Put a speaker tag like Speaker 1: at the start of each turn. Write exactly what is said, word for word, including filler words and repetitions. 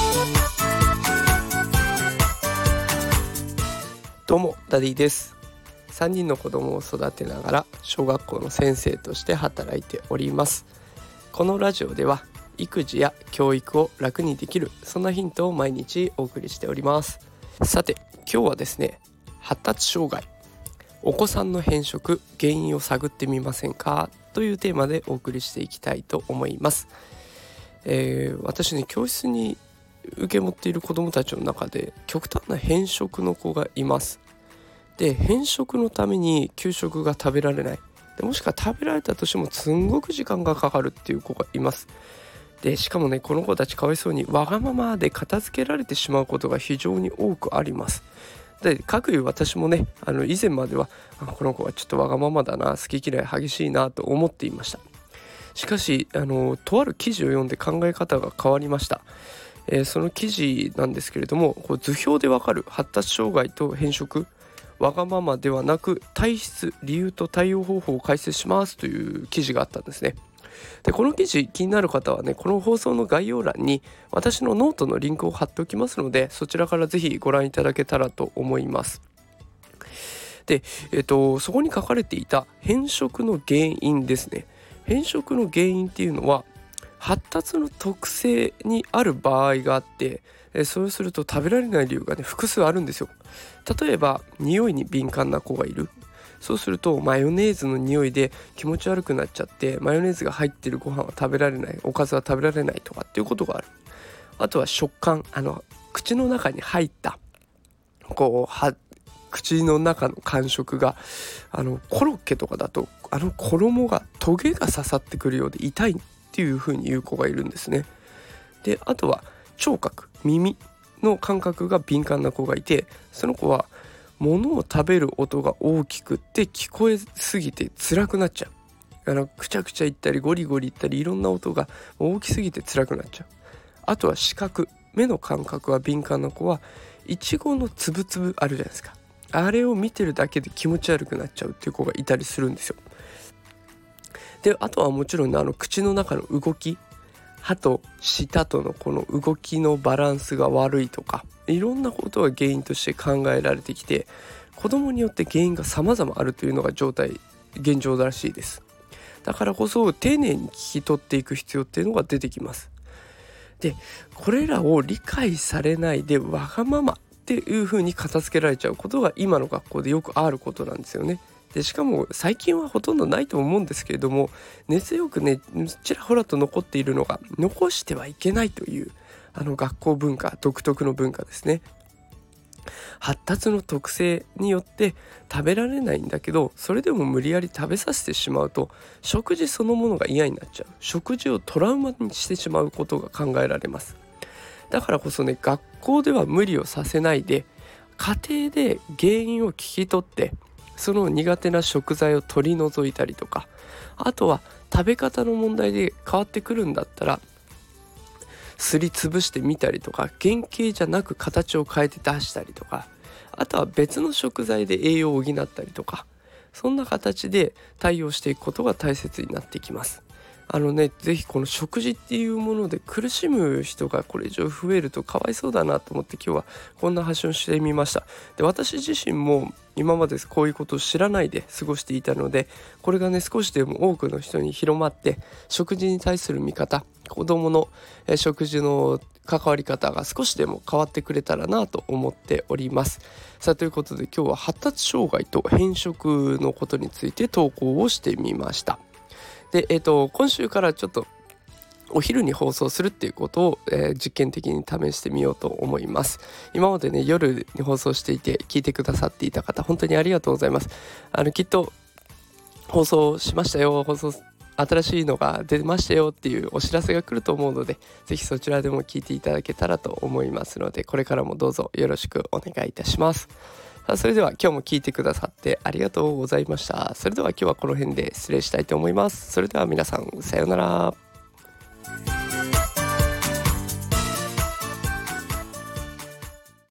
Speaker 1: どうもダディです。さんにんの子供を育てながら小学校の先生として働いております。このラジオでは育児や教育を楽にできる、そんなヒントを毎日お送りしております。さて今日はですね、発達障害、お子さんの偏食原因を探ってみませんかというテーマでお送りしていきたいと思います。えー、私ね、教室に受け持っている子どもたちの中で極端な偏食の子がいます。で、偏食のために給食が食べられない、でもしくは食べられたとしてもすんごく時間がかかるっていう子がいます。でしかもね、この子たちかわいそうにわがままで片付けられてしまうことが非常に多くあります。で、かくいう私もね、あの以前まではあこの子はちょっとわがままだな、好き嫌い激しいなと思っていました。しかしあのとある記事を読んで考え方が変わりました。えー、その記事なんですけれども、こう図表でわかる発達障害と偏食、わがままではなく体質、理由と対応方法を解説しますという記事があったんですね。でこの記事気になる方はね、この放送の概要欄に私のノートのリンクを貼っておきますので、そちらからぜひご覧いただけたらと思います。で、えっと、そこに書かれていた偏食の原因ですね。偏食の原因っていうのは発達の特性にある場合があって、そうすると食べられない理由がね複数あるんですよ。例えば匂いに敏感な子がいる。そうするとマヨネーズの匂いで気持ち悪くなっちゃって、マヨネーズが入ってるご飯は食べられない、おかずは食べられないとかっていうことがある。あとは食感、あの口の中に入ったこうは口の中の感触が、あのコロッケとかだとあの衣がトゲが刺さってくるようで痛いっていう風に言う子がいるんですね。で、あとは聴覚、耳の感覚が敏感な子がいて、その子は物を食べる音が大きくって聞こえすぎて辛くなっちゃう。あのくちゃくちゃ言ったりゴリゴリ言ったりいろんな音が大きすぎて辛くなっちゃう。あとは視覚、目の感覚が敏感な子はイチゴのつぶつぶあるじゃないですか、あれを見てるだけで気持ち悪くなっちゃうっていう子がいたりするんですよ。で、あとはもちろん、ね、あの口の中の動き、歯と舌とのこの動きのバランスが悪いとか、いろんなことが原因として考えられてきて、子供によって原因が様々あるというのが状態現状らしいです。だからこそ丁寧に聞き取っていく必要っていうのが出てきます。で、これらを理解されないでわがままっていう風に片付けられちゃうことが今の学校でよくあることなんですよね。でしかも最近はほとんどないと思うんですけれども、根強くねちらほらと残っているのが、残してはいけないというあの学校文化、独特の文化ですね。発達の特性によって食べられないんだけど、それでも無理やり食べさせてしまうと食事そのものが嫌になっちゃう、食事をトラウマにしてしまうことが考えられます。だからこそね、学校では無理をさせないで、家庭で原因を聞き取ってその苦手な食材を取り除いたりとか、あとは食べ方の問題で変わってくるんだったらすりつぶしてみたりとか、原型じゃなく形を変えて出したりとか、あとは別の食材で栄養を補ったりとか、そんな形で対応していくことが大切になってきます。あのね、ぜひこの食事っていうもので苦しむ人がこれ以上増えるとかわいそうだなと思って、今日はこんな発信をしてみました。で、私自身も今までこういうことを知らないで過ごしていたので、これがね少しでも多くの人に広まって、食事に対する見方、子どもの食事の関わり方が少しでも変わってくれたらなと思っております。さあ、ということで今日は発達障害と偏食のことについて投稿をしてみました。で、えーと、今週からちょっとお昼に放送するっていうことを、えー、実験的に試してみようと思います。今までね夜に放送していて聞いてくださっていた方、本当にありがとうございます。あのきっと放送しましたよ、放送新しいのが出ましたよっていうお知らせが来ると思うので、ぜひそちらでも聞いていただけたらと思いますので、これからもどうぞよろしくお願いいたします。さあ、それでは今日も聞いてくださってありがとうございました。それでは今日はこの辺で失礼したいと思います。それでは皆さん、さようなら。